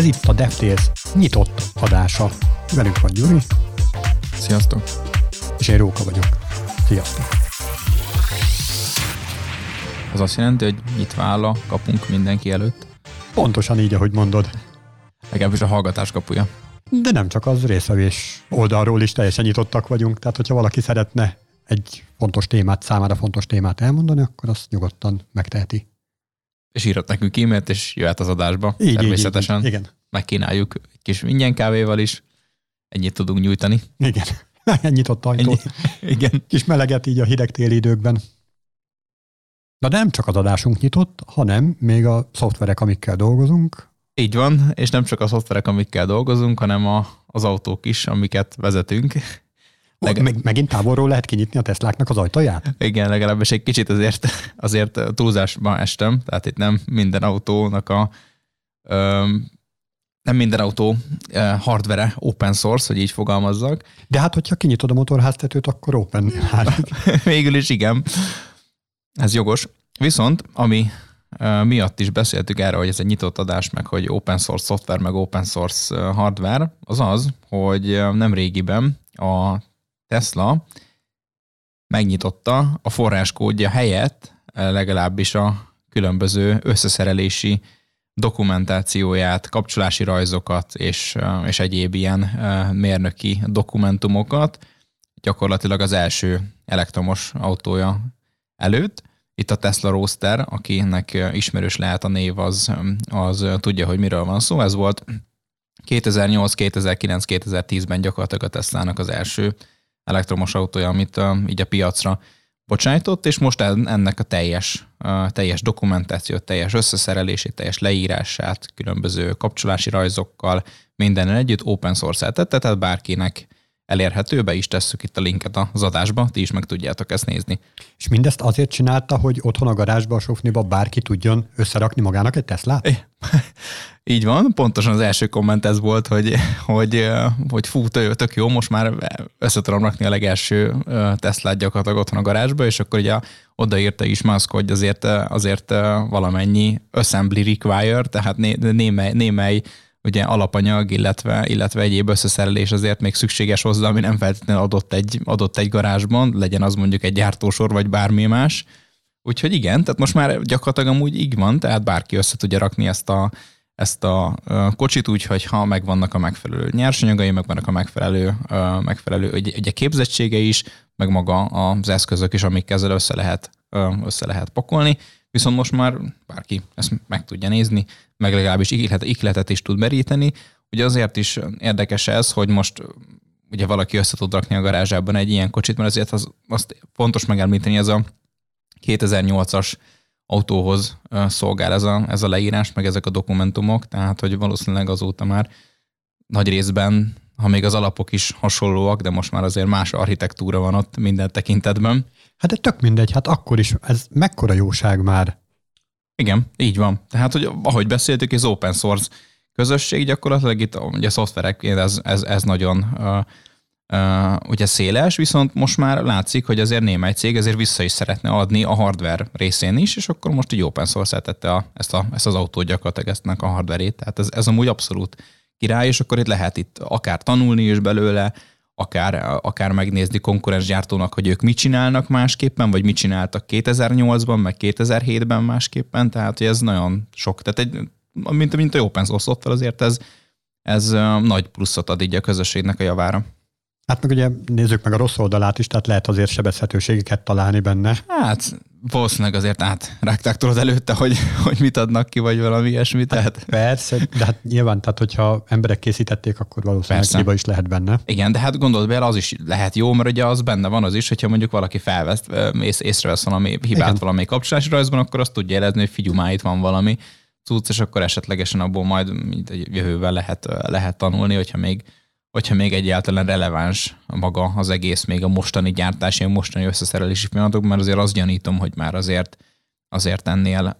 Ez itt a DevTales nyitott adása. Velünk van Gyuri. Sziasztok. És én Róka vagyok. Sziasztok. Az azt jelenti, hogy nyitva áll a kapunk mindenki előtt? Pontosan így, ahogy mondod. Legalábbis a hallgatás kapuja. De nem csak az, részvevés oldalról is teljesen nyitottak vagyunk, tehát hogyha valaki szeretne egy számára fontos témát elmondani, akkor azt nyugodtan megteheti. És írhat nekünk e-mailt, és jöhet az adásba. Így, természetesen. így, igen. Megkínáljuk egy kis ingyen kávéval is. Ennyit tudunk nyújtani. Igen. Nyitott ajtót. Igen. Kis meleget így a hideg téli időkben. De nem csak az adásunk nyitott, hanem még a szoftverek, amikkel dolgozunk. Így van, és nem csak a szoftverek, amikkel dolgozunk, hanem az autók is, amiket vezetünk. Megint távolról lehet kinyitni a Tesláknak az ajtaját? Igen, legalábbis egy kicsit azért túlzásba estem, tehát itt nem minden autónak nem minden autó hardvere open source, hogy így fogalmazzak. De hát, hogyha kinyitod a motorháztetőt, akkor open. Végül is igen. Ez jogos. Viszont, ami miatt is beszéltük erre, hogy ez egy nyitott adás, meg hogy open source szoftver, meg open source hardware, az, hogy nem régiben a Tesla megnyitotta a forráskódja helyett legalábbis a különböző összeszerelési dokumentációját, kapcsolási rajzokat és egyéb ilyen mérnöki dokumentumokat gyakorlatilag az első elektromos autója előtt. Itt a Tesla Roadster, akinek ismerős lehet a név, az tudja, hogy miről van szó. Ez volt 2008, 2009, 2010-ben gyakorlatilag a Teslának az első elektromos autója, amit így a piacra bocsájtott, és most ennek a teljes dokumentációt, teljes összeszerelését, teljes leírását, különböző kapcsolási rajzokkal, mindennel együtt open source-át tette, tehát bárkinek elérhető, be is tesszük itt a linket az adásba, ti is meg tudjátok ezt nézni. És mindezt azért csinálta, hogy otthon a garázsba, a sofniba bárki tudjon összerakni magának egy Teslát? Így van, pontosan az első komment ez volt, hogy fú, tök jó, most már össze tudom rakni a legelső Teslát gyakorlatilag otthon a garázsba, és akkor ugye odaírta is Musk, hogy azért valamennyi assembly required, tehát némely ugye alapanyag, illetve egyéb összeszerelés azért még szükséges hozzá, ami nem feltétlenül adott egy garázsban, legyen az mondjuk egy gyártósor, vagy bármi más. Úgyhogy igen, tehát most már gyakorlatilag amúgy így van, tehát bárki össze tudja rakni ezt a kocsit úgy, hogy ha megvannak a megfelelő nyersanyagai, megvannak a megfelelő ugye képzettsége is, meg maga az eszközök is, amik ezzel össze lehet pakolni. Viszont most már bárki ezt meg tudja nézni, meg legalábbis ihletet is tud meríteni. Ugye azért is érdekes ez, hogy most ugye valaki össze tud rakni a garázsában egy ilyen kocsit, mert azért azt fontos megemlíteni, ez a 2008-as autóhoz szolgál ez a leírás, meg ezek a dokumentumok, tehát hogy valószínűleg azóta már nagy részben, ha még az alapok is hasonlóak, de most már azért más architektúra van ott minden tekintetben. Hát de tök mindegy, hát akkor is, ez mekkora jóság már. Igen, így van. Tehát, hogy ahogy beszéltük, ez open source közösség gyakorlatilag itt ugye a szoftverek, ez nagyon ugye széles, viszont most már látszik, hogy azért némely cég azért vissza is szeretne adni a hardware részén is, és akkor most így open source-et tette ezt az autót gyakorlatilag eztnek a hardware-ét. Tehát ez amúgy abszolút király, és akkor itt lehet akár tanulni is belőle, akár megnézni konkurens gyártónak, hogy ők mit csinálnak másképpen, vagy mit csináltak 2008-ban, meg 2007-ben másképpen, tehát hogy ez nagyon sok. Tehát mint a open source szoftver, azért ez nagy pluszot ad így a közösségnek a javára. Hát meg ugye nézzük meg a rossz oldalát is, tehát lehet azért sebezhetőségeket találni benne. Hát valószínűleg azért átrágták tudod előtte, hogy mit adnak ki, vagy valami ilyesmit. Tehát. Persze, de hát nyilván, tehát hogyha emberek készítették, akkor valószínűleg hiba is lehet benne. Igen, de hát gondold bele, az is lehet jó, mert ugye az benne van az is, hogyha mondjuk valaki észrevesz valami hibát valamelyik kapcsolási rajzban, akkor azt tudja jelezni, hogy figyelj, már itt van valami cucc, és akkor esetlegesen abból majd jövővel lehet tanulni, hogyha még egyáltalán releváns maga az egész, még a mostani gyártási, a mostani összeszerelési folyamatok, mert azért azt gyanítom, hogy már azért ennél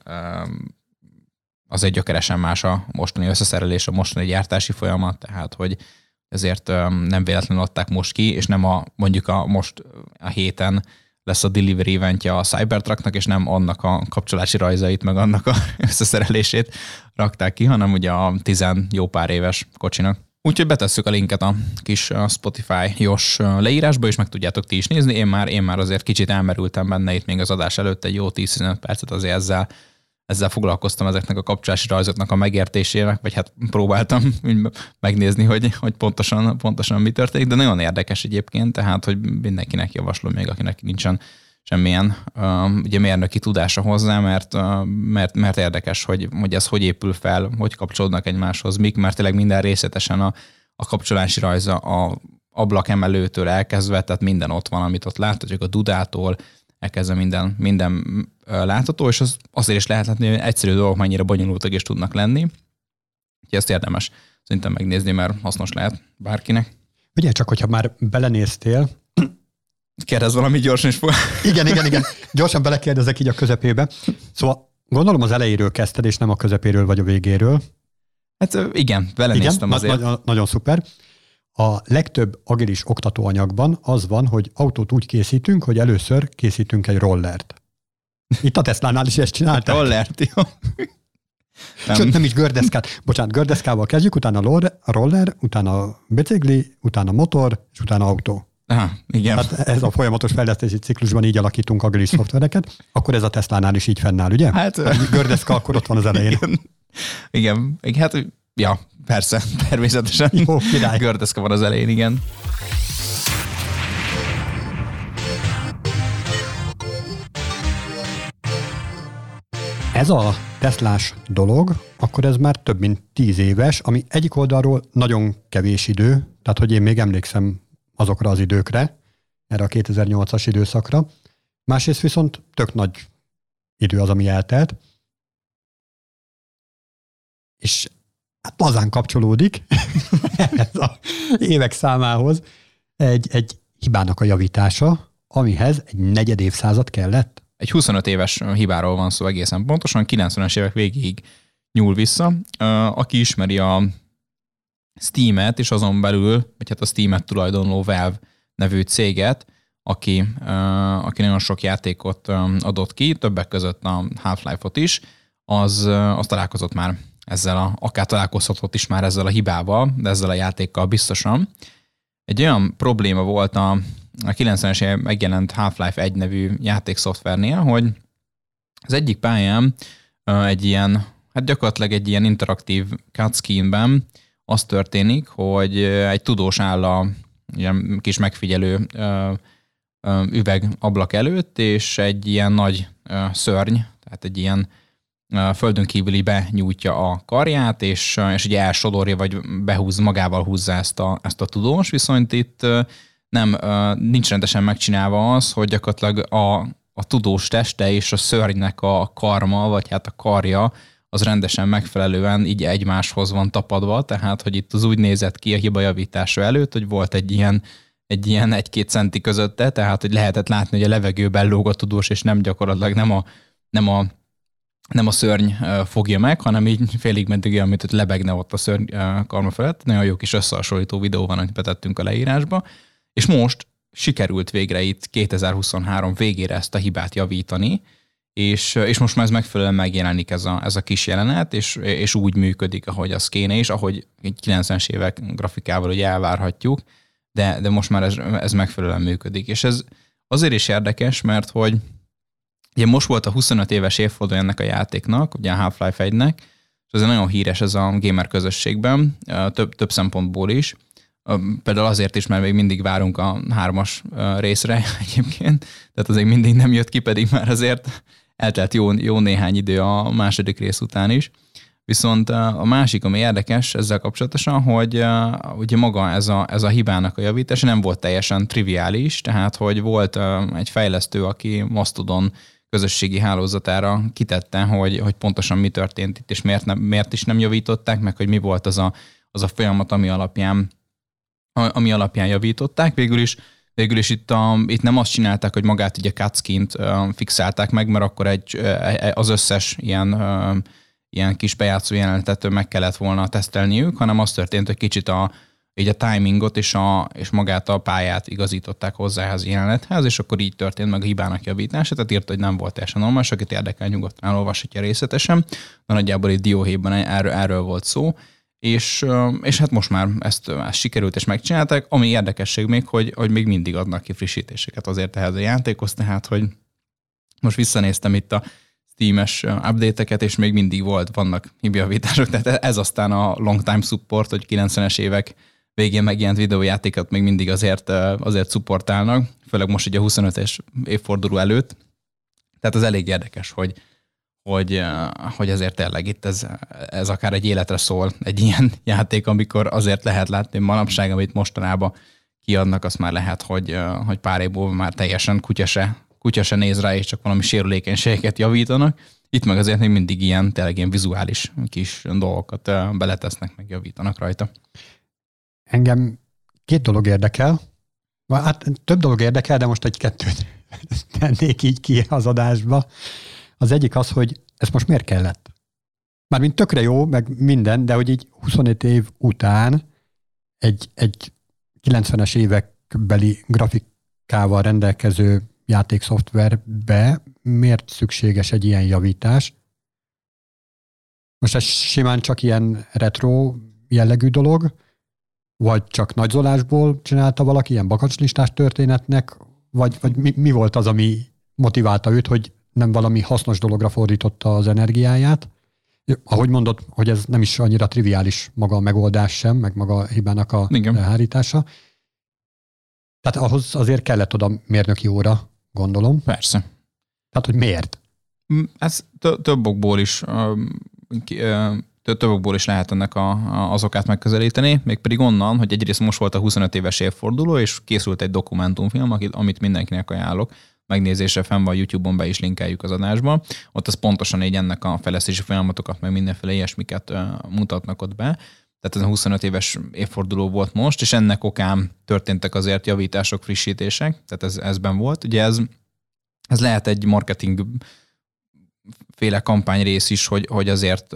azért gyökeresen más a mostani összeszerelés, a mostani gyártási folyamat, tehát hogy ezért nem véletlenül adták most ki, és nem mondjuk most a héten lesz a delivery eventje a Cybertrucknak, és nem annak a kapcsolási rajzait, meg annak a összeszerelését rakták ki, hanem ugye a 10 jó pár éves kocsinak. Úgyhogy betesszük a linket a kis Spotify-os leírásba, és meg tudjátok ti is nézni. Én már azért kicsit elmerültem benne itt még az adás előtt, egy jó 10-15 percet azért ezzel foglalkoztam, ezeknek a kapcsolási rajzoknak a megértésének, vagy hát próbáltam megnézni, hogy pontosan mi történik, de nagyon érdekes egyébként, tehát hogy mindenkinek javaslom még, akinek nincsen semmilyen ugye mérnöki tudása hozzá, mert érdekes, hogy ez hogy épül fel, hogy kapcsolódnak egymáshoz, mert tényleg minden részletesen a kapcsolási rajza a ablakemelőtől elkezdve, tehát minden ott van, amit ott láthatjuk, a dudától elkezdve minden látható, és az azért is lehet látni, hogy egyszerű dolgok mennyire bonyolultak és tudnak lenni. Úgyhogy ezt érdemes szerintem megnézni, mert hasznos lehet bárkinek. Ugye csak, hogyha már belenéztél. Kérdezz valami gyorsan is fog. Igen. Gyorsan belekérdezek így a közepébe. Szóval gondolom az elejéről kezdted, és nem a közepéről vagy a végéről. Hát igen, belenéztem azért. Nagyon szuper. A legtöbb agilis oktatóanyagban az van, hogy autót úgy készítünk, hogy először készítünk egy rollert. Itt a Teslánál is ezt csinálták. Rollert, jó. Sőt, nem is gördeszkát. Bocsánat, gördeszkával kezdjük, utána roller, utána bicikli, utána motor, és utána autó. Aha, igen. Hát ez a folyamatos fejlesztési ciklusban így alakítunk agilis szoftvereket, akkor ez a Teslánál is így fennáll, ugye? Hát, gördeszka akkor ott van az elején. Igen. Hát, ja, persze, természetesen. Jó, király. Gördeszka van az elején, igen. Ez a Teslás dolog, akkor ez már több mint 10 éves, ami egyik oldalról nagyon kevés idő, tehát hogy én még emlékszem azokra az időkre, erre a 2008-as időszakra. Másrészt viszont tök nagy idő az, ami eltelt. És hát lazán kapcsolódik ez az évek számához egy hibának a javítása, amihez egy negyed évszázad kellett. Egy 25 éves hibáról van szó egészen pontosan, 90-es évek végéig nyúl vissza. Aki ismeri a Steam-et, és azon belül, vagy hát a Steam-et tulajdonló Valve nevű céget, aki nagyon sok játékot adott ki, többek között a Half-Life-ot is, az találkozott már akár találkozhatott is már ezzel a hibával, de ezzel a játékkal biztosan. Egy olyan probléma volt a 90-es évek megjelent Half-Life 1 nevű játékszoftvernél, hogy az egyik pályán gyakorlatilag egy ilyen interaktív cutscene-ben az történik, hogy egy tudós áll a ilyen kis megfigyelő üvegablak előtt, és egy ilyen nagy szörny, tehát egy ilyen földön kívüli benyújtja a karját, és ugye elsodorja, vagy magával húzza ezt a tudós, viszont itt nincs rendesen megcsinálva az, hogy gyakorlatilag a tudós teste és a szörnynek a karma, vagy hát a karja, az rendesen megfelelően így egymáshoz van tapadva, tehát hogy itt az úgy nézett ki a hiba javítása előtt, hogy volt egy ilyen 1-2 centi közötte, tehát hogy lehetett látni, hogy a levegőben lóg a tudós, és nem gyakorlatilag nem a szörny fogja meg, hanem így félig meddig olyan, mint hogy lebegne ott a szörny karma felett. Nagyon jó kis összehasonlító videó van, amit betettünk a leírásba. És most sikerült végre itt 2023 végére ezt a hibát javítani, és most már ez megfelelően megjelenik ez a kis jelenet, és úgy működik, ahogy az kéne, és ahogy 90-es évek grafikával ugye elvárhatjuk, de most már ez megfelelően működik. És ez azért is érdekes, mert hogy ugye most volt a 25 éves évforduló ennek a játéknak, ugye a Half-Life 1-nek, és ez nagyon híres ez a gamer közösségben, több szempontból is. Például azért is, mert még mindig várunk a 3-as részre egyébként, tehát azért mindig nem jött ki, pedig már azért eltelt jó néhány idő a második rész után is. Viszont a másik, ami érdekes ezzel kapcsolatosan, hogy ugye maga ez a hibának a javítása nem volt teljesen triviális, tehát hogy volt egy fejlesztő, aki Mastodon közösségi hálózatára kitette, hogy pontosan mi történt itt, és miért is nem javították, meg hogy mi volt az a folyamat, ami alapján javították. Végül is itt nem azt csinálták, hogy magát ugye cutscene-t fixálták meg, mert akkor az összes ilyen kis bejátszó jelenetet meg kellett volna tesztelniük, hanem az történt, hogy kicsit így a timingot és magát a pályát igazították hozzá ehhez a jelenethez, és akkor így történt meg a hibának javítása, tehát írta, hogy nem volt teljesen normális, akit érdekel, nyugodtan elolvashatja részletesen, de nagyjából egy dióhéjban erről volt szó, és hát most már ezt sikerült és megcsinálták, ami érdekesség még, hogy még mindig adnak ki frissítéseket azért ehhez a játékhoz, tehát hogy most visszanéztem itt a Steam-es update-eket, és még mindig vannak hibjavítások, tehát ez aztán a long time support, hogy 90-es évek végén megjelent videójátékot még mindig azért szupportálnak, főleg most ugye a 25-es évforduló előtt. Tehát az elég érdekes, hogy azért tényleg itt ez akár egy életre szól, egy ilyen játék, amikor azért lehet látni manapság, amit mostanában kiadnak, azt már lehet, hogy pár év múlva már teljesen kutya se néz rá, és csak valami sérülékenységeket javítanak. Itt meg azért még mindig tényleg ilyen vizuális kis dolgokat beletesznek, meg javítanak rajta. Engem 2 dolog érdekel. Hát több dolog érdekel, de most egy-kettőt tennék így ki az adásba. Az egyik az, hogy ez most miért kellett? Mármint tökre jó, meg minden, de hogy így 25 év után egy 90-es évekbeli grafikával rendelkező játékszoftverbe miért szükséges egy ilyen javítás? Most ez simán csak ilyen retro jellegű dolog, vagy csak nagyzolásból csinálta valaki, ilyen bakacslistás történetnek, vagy mi volt az, ami motiválta őt, hogy nem valami hasznos dologra fordította az energiáját. Ahogy mondod, hogy ez nem is annyira triviális maga a megoldás sem, meg maga a hibának a elhárítása. Tehát ahhoz azért kellett oda mérnöki óra, gondolom. Persze. Tehát, hogy miért? Ez több okból is lehet ennek az okát megközelíteni, mégpedig onnan, hogy egyrészt most volt a 25 éves évforduló, és készült egy dokumentumfilm, amit mindenkinek ajánlok. Megnézésre fenn van YouTube-on, be is linkeljük az adásba. Ott az pontosan így ennek a fejlesztési folyamatokat, meg mindenféle ilyesmiket mutatnak ott be. Tehát ez a 25 éves évforduló volt most, és ennek okán történtek azért javítások, frissítések, tehát ezben volt. Ugye ez lehet egy marketing féle kampányrész is, hogy azért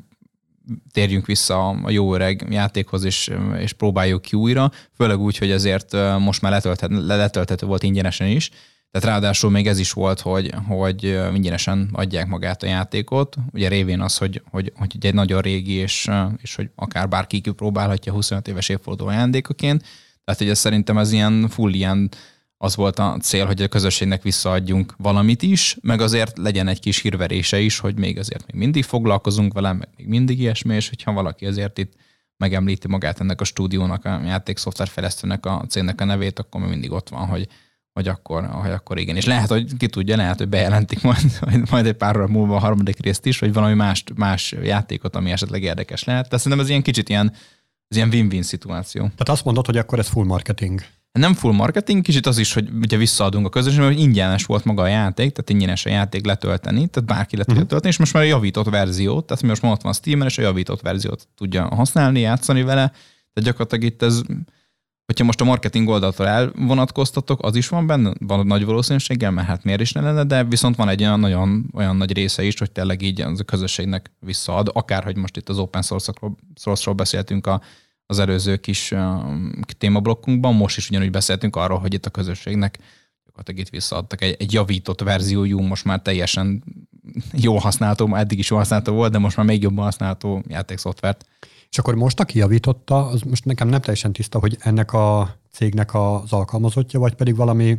térjünk vissza a jó öreg játékhoz, és próbáljuk ki újra, főleg úgy, hogy azért most már letölthető volt ingyenesen is, tehát ráadásul még ez is volt, hogy ingyenesen adják magát a játékot, ugye révén az, hogy egy nagyon régi, és hogy akár bárki kipróbálhatja 25 éves évforduló ajándékoként, tehát hogy szerintem ez ilyen az volt a cél, hogy a közösségnek visszaadjunk valamit is, meg azért legyen egy kis hírverése is, hogy még mindig foglalkozunk vele, meg még mindig ilyesmi, és hogyha valaki azért itt megemlíti magát ennek a stúdiónak, a játékszoftverfejlesztőnek a cégnek a nevét, akkor még mindig ott van, hogy akkor igen. És lehet, hogy ki tudja, lehet, hogy bejelentik majd egy pár óra múlva a harmadik részt is, vagy valami más játékot, ami esetleg érdekes lehet. Tehát szerintem ez ilyen kicsit ilyen win-win szituáció. Tehát azt mondod, hogy akkor ez full marketing. Nem full marketing, kicsit az is, hogy ugye visszaadunk a közönségnek, hogy ingyenes volt maga a játék, tehát ingyenes a játék letölteni, tehát bárki le tudja tölteni, és most már a javított verziót, tehát most ott van Steamen, és a javított verziót tudja használni, játszani vele, tehát gyakorlatilag itt ez, hogyha most a marketing oldaltól elvonatkoztatok, az is van benne, van nagy valószínűséggel, mert hát miért is ne lenne, de viszont van egy olyan nagy része is, hogy tényleg így az a közösségnek visszaad, akár, hogy most itt az open source-ról beszéltünk az előző kis témablokkunkban, most is ugyanúgy beszéltünk arról, hogy itt a közösségnek gyakorlatilag itt visszaadtak egy javított verziójú, most már teljesen jól használható, eddig is jól használható volt, de most már még jobban használható játékszoftvert. És akkor most, aki javította, az most nekem nem teljesen tiszta, hogy ennek a cégnek az alkalmazottja, vagy pedig valami...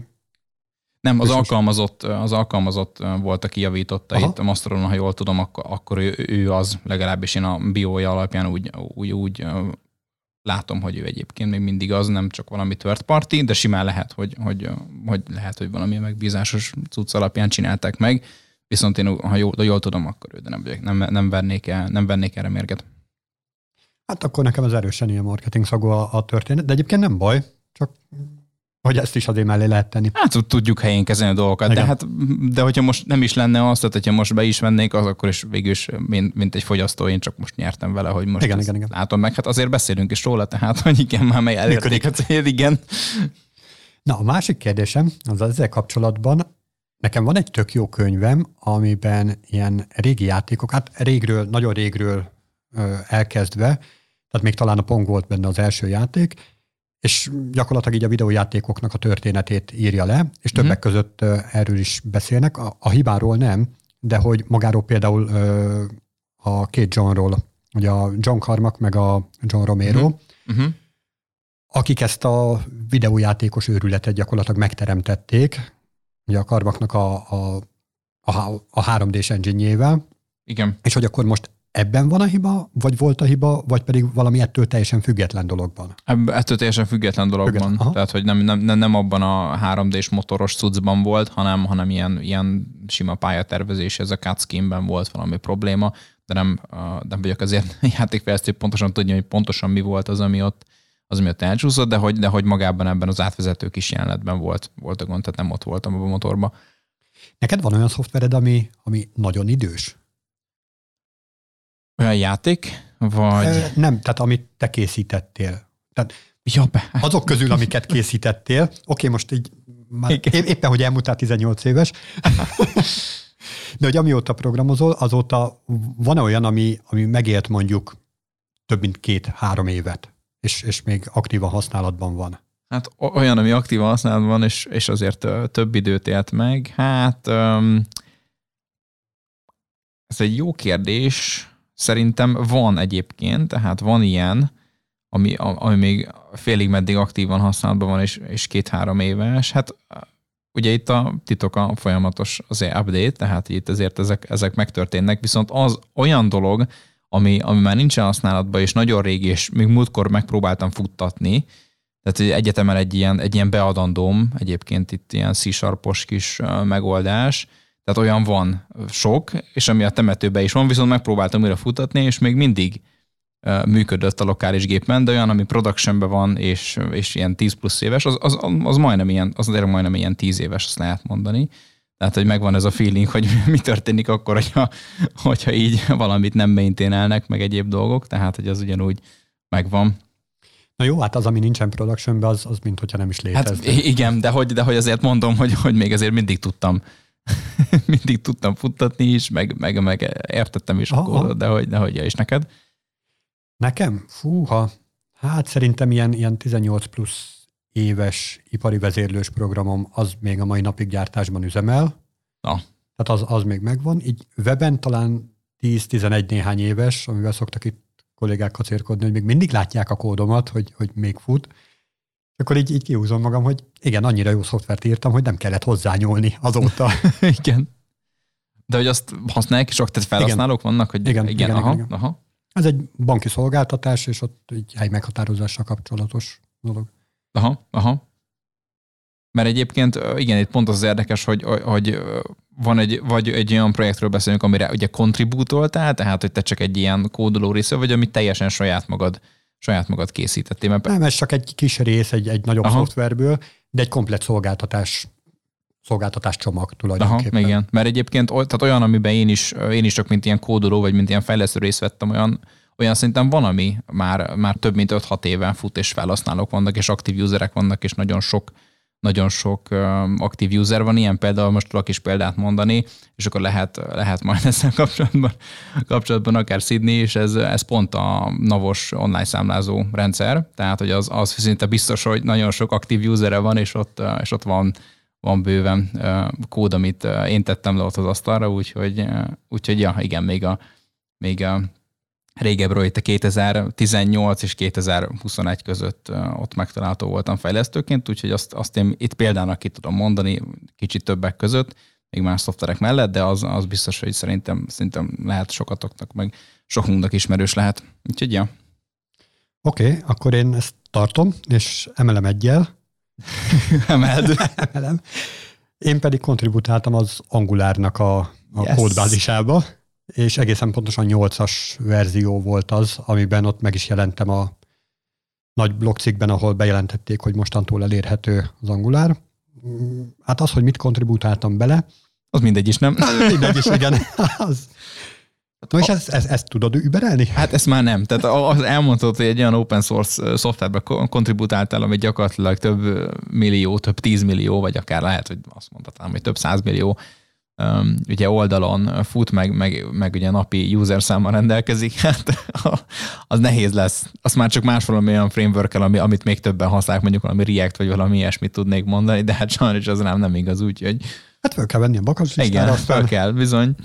Nem, az alkalmazott volt, aki javította. Aha. Itt a Masteron, ha jól tudom, akkor ő az, legalábbis én a biója alapján úgy látom, hogy ő egyébként még mindig az, nem csak valami third party, de simán lehet, hogy lehet, hogy valami megbízásos cucc alapján csinálták meg, viszont én, ha jól tudom, akkor ő, de nem vernék erre mérget. Hát akkor nekem az erősen ilyen marketing szagú a történet, de egyébként nem baj, csak hogy ezt is azért mellé lehet tenni. Hát tudjuk helyén kezelni a dolgokat, de hogyha most nem is lenne az, tehát hogyha most be is vennék, az akkor is végülis, mint egy fogyasztó, én csak most nyertem vele, hogy most igen. Látom meg. Hát azért beszélünk is róla, tehát, hogy igen, már meg elérték a cél, igen. Na, a másik kérdésem, az ezzel kapcsolatban, nekem van egy tök jó könyvem, amiben ilyen régi játékok, hát nagyon régről elkezdve, tehát még talán a Pong volt benne az első játék, és gyakorlatilag így a videójátékoknak a történetét írja le, és többek között erről is beszélnek. A hibáról nem, de hogy magáról például a két Johnról, ugye a John Carmack meg a John Romero, akik ezt a videójátékos őrületet gyakorlatilag megteremtették, ugye a Carmacknak a 3D-s engine-jével. Igen. És hogy akkor most ebben van a hiba, vagy volt a hiba, vagy pedig valami ettől teljesen független dologban? Ettől teljesen független dologban. Tehát, hogy nem abban a 3D-s motoros cuccban volt, hanem ilyen sima pályatervezés, ez a cutscene-ben volt valami probléma, de nem vagyok azért játékfejlesztő, pontosan tudni, hogy pontosan mi volt az, ami ott elcsúszott, de hogy magában ebben az átvezető kis jelenetben volt a gond, tehát nem ott voltam a motorban. Neked van olyan szoftvered, ami nagyon idős? Olyan játék? Vagy... Nem, tehát amit te készítettél. Tehát azok közül, amiket készítettél, oké, most így már éppen, hogy elmúltál 18 éves, de hogy amióta programozol, azóta van olyan, ami megélt mondjuk több mint 2-3 évet, és még aktívan használatban van. Hát olyan, ami aktívan használatban van, és azért több időt élt meg. Hát ez egy jó kérdés. Szerintem van egyébként, tehát van ilyen, ami még félig meddig aktívan használatban van, és 2-3 éves. Hát ugye itt a titok a folyamatos azért update, tehát itt azért ezek megtörténnek, viszont az olyan dolog, ami már nincsen használatban, és nagyon régi, és még múltkor megpróbáltam futtatni, tehát egyetemen egy ilyen beadandóm, egyébként itt ilyen C-sharpos kis megoldás, tehát olyan van sok, és ami a temetőben is van, viszont megpróbáltam újra futtatni, és még mindig működött a lokális gépen, de olyan, ami productionben van, és ilyen 10 plusz éves, az majdnem ilyen, az azért majdnem ilyen 10 éves, azt lehet mondani. Tehát, hogy megvan ez a feeling, hogy mi történik akkor, hogyha így valamit nem maintainelnek, meg egyéb dolgok, tehát, hogy az ugyanúgy megvan. Na jó, hát az, ami nincsen productionben, az mint hogyha nem is létezne. Hát igen, de hogy azért mondom, hogy még azért mindig tudtam futtatni is, meg értettem is a kódot, de hogy és neked? Nekem? Fúha, hát szerintem ilyen 18 plusz éves ipari vezérlős programom az még a mai napig gyártásban üzemel. Na. Tehát az még megvan. Így weben talán 10-11 néhány éves, amivel szoktak itt kollégák kacérkodni, hogy még mindig látják a kódomat, hogy még fut. Akkor így kihúzom magam, hogy igen, annyira jó szoftvert írtam, hogy nem kellett hozzányúlni azóta. Igen. De hogy azt használják, és tehát felhasználók vannak? Hogy igen. Aha. Ez egy banki szolgáltatás, és ott egy hely meghatározással kapcsolatos dolog. Aha. Mert egyébként igen, itt pont az érdekes, hogy van egy olyan projektről beszélünk, amire ugye kontribútoltál, tehát hogy te csak egy ilyen kódoló része vagy, amit teljesen saját magad készítettél. Nem, ez csak egy kis rész egy nagyobb szoftverből, de egy komplett szolgáltatás csomag tulajdonképpen. Aha, igen. Mert egyébként tehát olyan, amiben én is csak mint ilyen kódoló, vagy mint ilyen fejlesztő részt vettem, olyan szinten van, ami már több mint 5-6 éven fut, és felhasználók vannak, és aktív userek vannak, és nagyon sok aktív user van, ilyen például most tudok is példát mondani, és akkor lehet majd ezzel kapcsolatban akár szidni, és ez pont a Navos online számlázó rendszer, tehát hogy az szinte biztos, hogy nagyon sok aktív usere van, és ott van bőven kód, amit én tettem le ott az asztalra, úgyhogy ja, igen, még a régebről itt a 2018 és 2021 között ott megtalálható voltam fejlesztőként, úgyhogy azt én itt példának ki tudom mondani, kicsit többek között, még más szoftverek mellett, de az biztos, hogy szerintem lehet sokatoknak, meg sokunknak ismerős lehet. Úgyhogy ja. Oké, akkor én ezt tartom, és emelem 1-jel. Emelem. Én pedig kontributáltam az Angularnak a kódbázisába, és egészen pontosan 8-as verzió volt az, amiben ott meg is jelentem a nagy blogcikkben, ahol bejelentették, hogy mostantól elérhető az Angular. Hát az, hogy mit kontributáltam bele. Az mindegy is, nem? Mindegy is, igen. No, és ezt tudod überelni? Hát ezt már nem. Tehát elmondhatod, hogy egy olyan open source szoftverbe kontributáltál, ami gyakorlatilag több millió, több 10 millió, vagy akár lehet, hogy azt mondhatnám, hogy több 100 millió ugye oldalon fut, meg ugye napi user számmal rendelkezik, hát az nehéz lesz. Azt már csak más valami olyan framework-el, amit még többen használják, mondjuk valami React, vagy valami ilyesmit tudnék mondani, de hát sajnos az nem igaz, úgyhogy... Hát fel kell venni a bakancslistára. Igen, aztán... fel kell, bizony.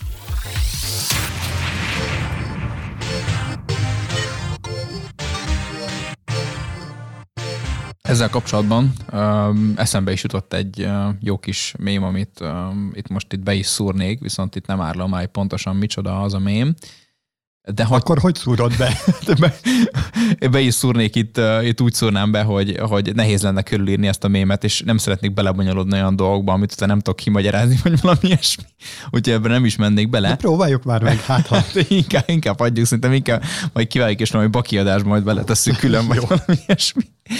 Ezzel kapcsolatban eszembe is jutott egy jó kis mém, amit itt be is szúrnék, viszont itt nem árlom már pontosan micsoda az a mém. De akkor hogy szúrod be? Be is szúrnék itt úgy szúrnám be, hogy nehéz lenne körülírni ezt a mémet, és nem szeretnék belebonyolódni olyan dolgokba, amit utána nem tudok kimagyarázni, vagy valami ilyesmi. Úgyhogy ebben nem is mennék bele. De próbáljuk már meg, hát ha. inkább adjuk, szerintem inkább majd kiváljuk, és valami bakiadásban majd beletesszük külön, vagy valami ilyesmi.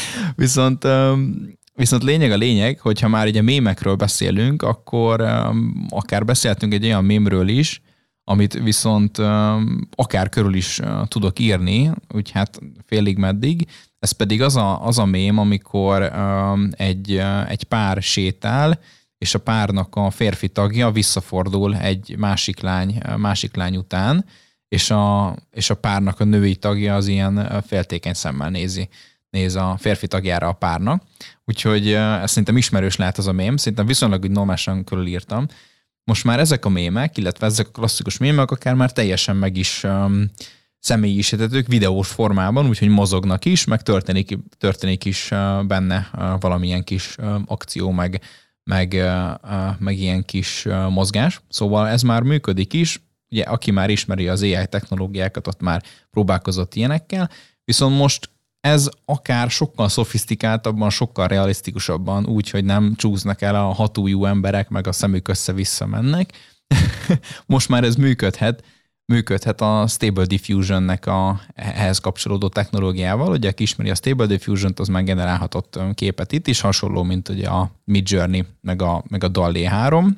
Viszont lényeg a lényeg, hogyha már ugye mémekről beszélünk, akkor akár beszéltünk egy olyan mémről is, amit viszont akár körül is tudok írni, úgy hát félig meddig. Ez pedig az a mém, amikor egy pár sétál, és a párnak a férfi tagja visszafordul egy másik lány után, és a párnak a női tagja az ilyen féltékeny szemmel néz a férfi tagjára a párnak. Úgyhogy ez szerintem ismerős lehet az a mém, szerintem viszonylag úgy normálisan körülírtam. Most már ezek a mémek, illetve ezek a klasszikus mémek akár már teljesen meg is személyisítetők videós formában, úgyhogy mozognak is, meg történik is benne valamilyen kis akció, meg ilyen kis mozgás. Szóval ez már működik is. Ugye, aki már ismeri az AI technológiákat, ott már próbálkozott ilyenekkel, viszont most ez akár sokkal szofisztikáltabban, sokkal realisztikusabban, úgy, hogy nem csúsznak el a hatujjú emberek, meg a szemük össze-vissza mennek. Most már ez működhet a Stable Diffusion-nek ehhez kapcsolódó technológiával. Ugye, aki ismeri a Stable Diffusion-t, az már generálhatott képet itt is, hasonló, mint ugye a Midjourney, meg a DALL-E 3.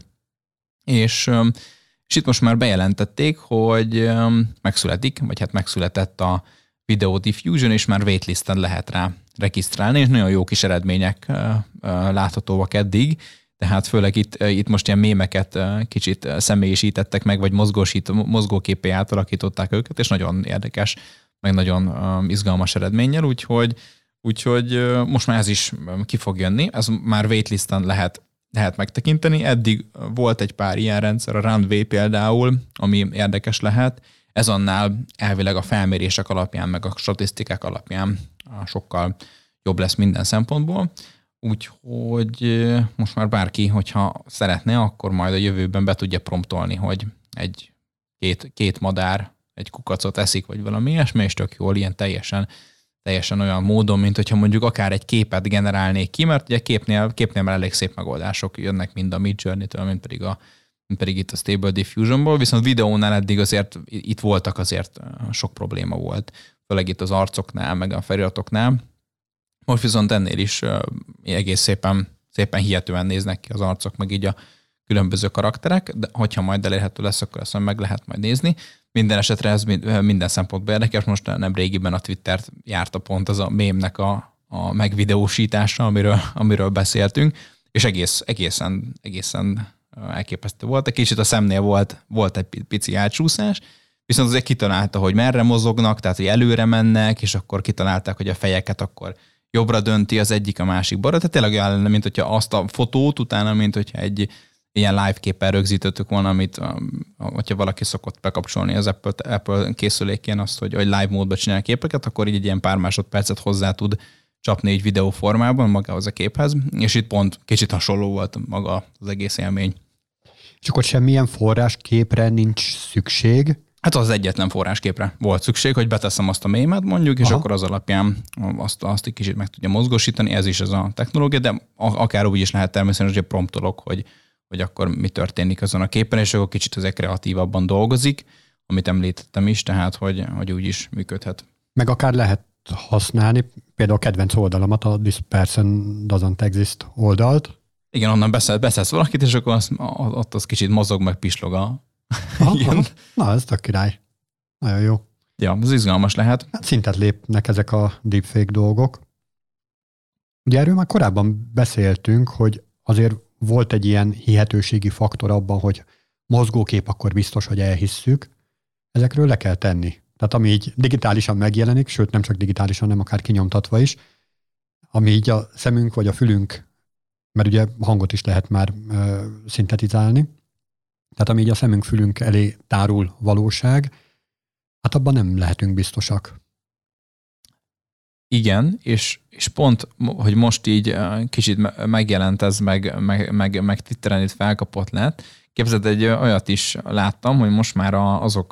És itt most már bejelentették, hogy megszületett a Video Diffusion, és már waitlisten lehet rá regisztrálni, és nagyon jó kis eredmények láthatóak eddig, tehát főleg itt most ilyen mémeket kicsit személyisítettek meg, vagy mozgóképé átalakították őket, és nagyon érdekes, meg nagyon izgalmas eredménnyel, úgyhogy most már ez is ki fog jönni, ez már waitlisten lehet megtekinteni. Eddig volt egy pár ilyen rendszer, a Runway például, ami érdekes lehet. Ez annál elvileg a felmérések alapján, meg a statisztikák alapján sokkal jobb lesz minden szempontból. Úgyhogy most már bárki, hogyha szeretne, akkor majd a jövőben be tudja promptolni, hogy két madár egy kukacot eszik, vagy valami ilyesmi, és tök jól, ilyen teljesen olyan módon, mint hogyha mondjuk akár egy képet generálnék ki, mert ugye képnél már elég szép megoldások jönnek mind a Midjourney-től, mint pedig itt a Stable Diffusionból, viszont videónál eddig azért itt voltak azért sok probléma volt, főleg itt az arcoknál, meg a feliratoknál. Most viszont ennél is egész szépen hihetően néznek ki az arcok, meg így a különböző karakterek, de hogyha majd elérhető lesz, akkor azt meg lehet majd nézni. Minden esetre ez minden szempontból érdekes. Most nem régiben a Twittert járta pont az a mémnek a megvideósítása, amiről beszéltünk, és egészen elképesztő volt. Egy kicsit a szemnél volt egy pici átsúszás, viszont azért kitalálta, hogy merre mozognak, tehát hogy előre mennek, és akkor kitalálták, hogy a fejeket akkor jobbra dönti az egyik, a másik balra. Tehát tényleg olyan lenne, mint hogyha azt a fotót utána, mint hogyha egy ilyen live képpel rögzítettük volna, amit hogyha valaki szokott bekapcsolni az Apple készülékén azt, hogy live módba csinál képeket, akkor így egy ilyen pár másodpercet hozzá tud csapni egy videó formában magához a képhez, és itt pont kicsit hasonló volt maga az egész élmény. És akkor semmilyen forrásképre nincs szükség? Hát az egyetlen forrásképre volt szükség, hogy beteszem azt a mémet mondjuk, és akkor az alapján azt egy kicsit meg tudja mozgósítani, ez is az a technológia, de akár úgy is lehet természetesen, hogy promptolok, hogy akkor mi történik azon a képen, és akkor kicsit azért kreatívabban dolgozik, amit említettem is, tehát hogy úgy is működhet. Meg akár lehet használni például a kedvenc oldalamat, a This Person Doesn't Exist oldalt. Igen, onnan beszélsz valakit, és akkor ott az kicsit mozog, meg pislog igen. Na, ez tök király. Nagyon jó. Ja, ez izgalmas lehet. Hát szintet lépnek ezek a deepfake dolgok. Ugye erről már korábban beszéltünk, hogy azért volt egy ilyen hihetőségi faktor abban, hogy mozgókép, akkor biztos, hogy elhisszük, ezekről le kell tenni. Tehát ami így digitálisan megjelenik, sőt nem csak digitálisan, nem akár kinyomtatva is, ami így a szemünk vagy a fülünk, mert ugye hangot is lehet már szintetizálni, tehát ami így a szemünk, fülünk elé tárul valóság, hát abban nem lehetünk biztosak. Igen, és pont, hogy most így kicsit megjelent ez, meg Twitteren itt felkapott lett. Képzeld, egy olyat is láttam, hogy most már azok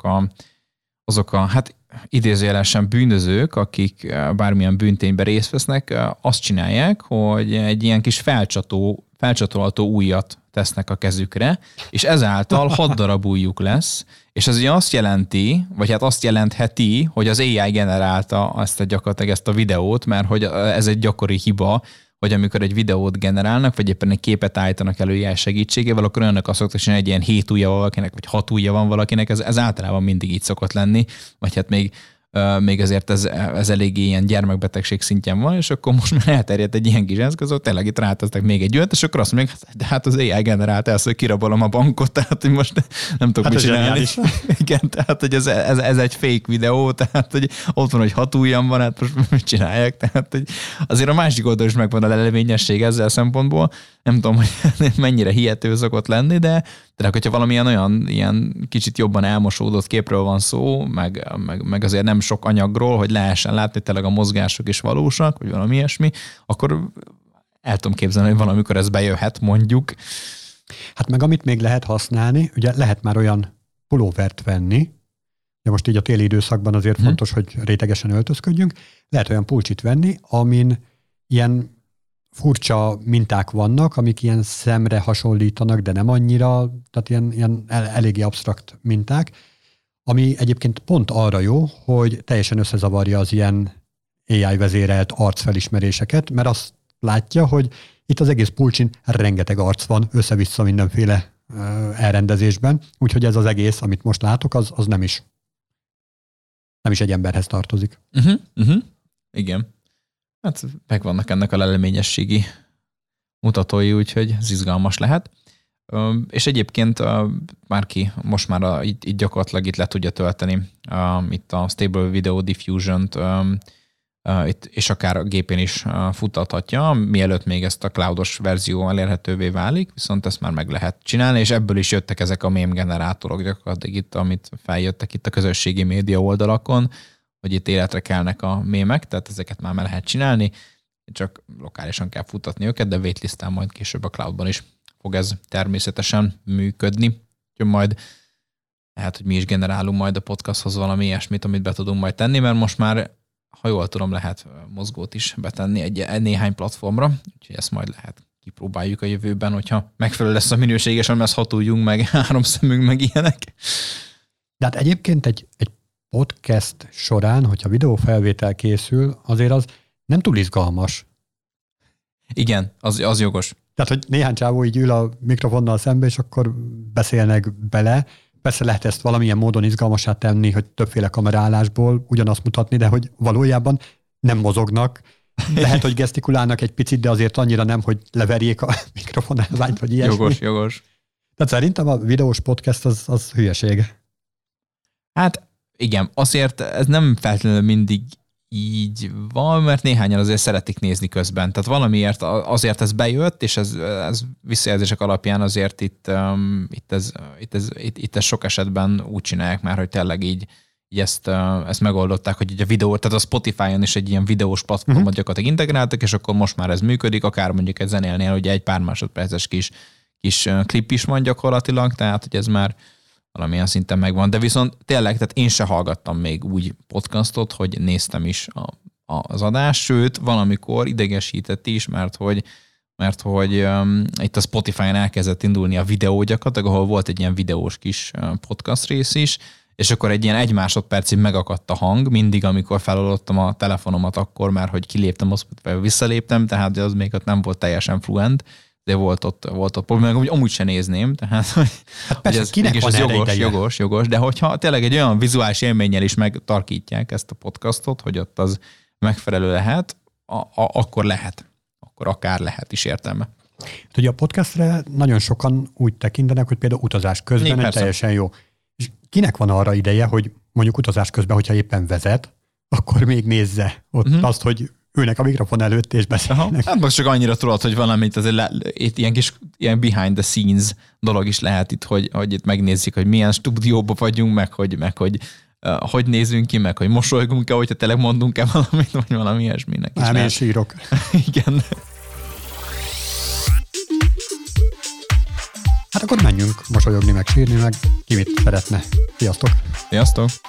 a hát idézőjelesen bűnözők, akik bármilyen bűntényben részt vesznek, azt csinálják, hogy egy ilyen kis felcsatolható ujjat tesznek a kezükre, és ezáltal 6 darab ujjuk lesz, és ez ugye azt jelenti, vagy hát azt jelentheti, hogy az AI generálta gyakorlatilag ezt a videót, mert hogy ez egy gyakori hiba, hogy amikor egy videót generálnak, vagy éppen egy képet állítanak elő AI segítségével, akkor olyanok azt szoktak csinálni, egy ilyen 7 ujja valakinek, vagy 6 ujja van valakinek, ez általában mindig így szokott lenni, vagy hát még azért ez eléggé ilyen gyermekbetegség szintjén van, és akkor most már elterjedt egy ilyen kis eszköz, hogy tényleg itt rátesztek még egy olyat, és akkor azt mondják, de hát az AI generált el, hogy kirabolom a bankot, tehát hogy most nem tudok mit csinálni. Igen, tehát hogy ez egy fake videó, tehát hogy ott van, hogy 6 ujjam van, hát most mit csinálják, tehát hogy azért a másik oldal is megvan a lelevényesség ezzel szempontból, nem tudom, hogy mennyire hihető szokott lenni, de hogyha valamilyen olyan ilyen kicsit jobban elmosódott képről van szó, meg azért nem sok anyagról, hogy lehessen látni tényleg a mozgások is valósak, vagy valami ilyesmi, akkor el tudom képzelni, hogy valamikor ez bejöhet, mondjuk. Hát meg amit még lehet használni, ugye lehet már olyan pulóvert venni, de most így a téli időszakban azért fontos, hogy rétegesen öltözködjünk, lehet olyan pulcsit venni, amin ilyen furcsa minták vannak, amik ilyen szemre hasonlítanak, de nem annyira, tehát ilyen eléggé absztrakt minták, ami egyébként pont arra jó, hogy teljesen összezavarja az ilyen AI vezérelt arcfelismeréseket, mert azt látja, hogy itt az egész pulcsin rengeteg arc van, össze-vissza mindenféle elrendezésben, úgyhogy ez az egész, amit most látok, az nem is egy emberhez tartozik. Igen. Hát megvannak ennek a leleményességi mutatói, úgyhogy ez izgalmas lehet. És egyébként bárki most már itt gyakorlatilag itt le tudja tölteni itt a Stable Video Diffusion-t, és akár a gépén is futtathatja, mielőtt még ezt a cloudos verzió elérhetővé válik, viszont ezt már meg lehet csinálni, és ebből is jöttek ezek a mém generátorok gyakorlatilag itt, amit feljöttek itt a közösségi média oldalakon, hogy itt életre kelnek a mémek, tehát ezeket már meg lehet csinálni, csak lokálisan kell futtatni őket, de waitlisten majd később a cloudban is fog ez természetesen működni. Úgyhogy majd lehet, hogy mi is generálunk majd a podcasthoz valami ilyesmit, amit be tudunk majd tenni, mert most már, ha jól tudom, lehet mozgót is betenni egy néhány platformra, úgyhogy ezt majd lehet kipróbáljuk a jövőben, hogyha megfelelő lesz a minőség, és nem lesz 6 ujjunk, meg 3 szemünk, meg ilyenek. De hát egyébként egy podcast során, hogyha videófelvétel készül, azért az nem túl izgalmas. Igen, az jogos. Tehát, hogy néhány csávó így ül a mikrofonnal szembe, és akkor beszélnek bele. Persze lehet ezt valamilyen módon izgalmassá tenni, hogy többféle kamerálásból ugyanazt mutatni, de hogy valójában nem mozognak. Lehet, hogy gesztikulálnak egy picit, de azért annyira nem, hogy leverjék a mikrofonálványt, vagy ilyesmi. Jogos. Tehát szerintem a videós podcast az hülyeség. Hát igen, azért ez nem feltétlenül mindig így van, mert néhányan azért szeretik nézni közben. Tehát valamiért azért ez bejött, és ez visszajelzések alapján azért itt ez sok esetben úgy csinálják már, hogy tényleg így ezt megoldották, hogy így a videó, tehát a Spotify-on is egy ilyen videós platformot gyakorlatilag integráltak, és akkor most már ez működik, akár mondjuk egy zenélnél, hogy egy pár másodperces kis klip is van gyakorlatilag, tehát hogy ez már valamilyen szinten megvan. De viszont tényleg, tehát én se hallgattam még úgy podcastot, hogy néztem is az adást, sőt, valamikor idegesített is, mert hogy itt a Spotify-on elkezdett indulni a videó gyakorlatilag, ahol volt egy ilyen videós kis podcast rész is, és akkor egy ilyen 1 másodpercig megakadt a hang, mindig, amikor feloldottam a telefonomat akkor már, hogy kiléptem, azt visszaléptem, tehát az még ott nem volt teljesen fluent, de volt ott probléma, hogy amúgy sem nézném, tehát hát persze, ez, kinek van jogos, de hogyha tényleg egy olyan vizuális élménnyel is megtarkítják ezt a podcastot, hogy ott az megfelelő lehet, akkor lehet. Akkor akár lehet is értelme. Hát ugye a podcastre nagyon sokan úgy tekintenek, hogy például utazás közben egy teljesen jó. És kinek van arra ideje, hogy mondjuk utazás közben, hogyha éppen vezet, akkor még nézze ott azt, hogy ülnek a mikrofon előtt és beszélnek. Hát most csak annyira tudod, hogy valamit azért itt ilyen behind the scenes dolog is lehet itt, hogy itt megnézzük, hogy milyen stúdióban vagyunk, meg hogy nézünk ki, meg hogy mosolygunk-e, hogyha tényleg mondunk-e valamit, vagy valami ilyesminek is. Én sírok. Igen. Hát akkor menjünk mosolyogni, meg sírni, meg ki mit szeretne. Sziasztok! Sziasztok!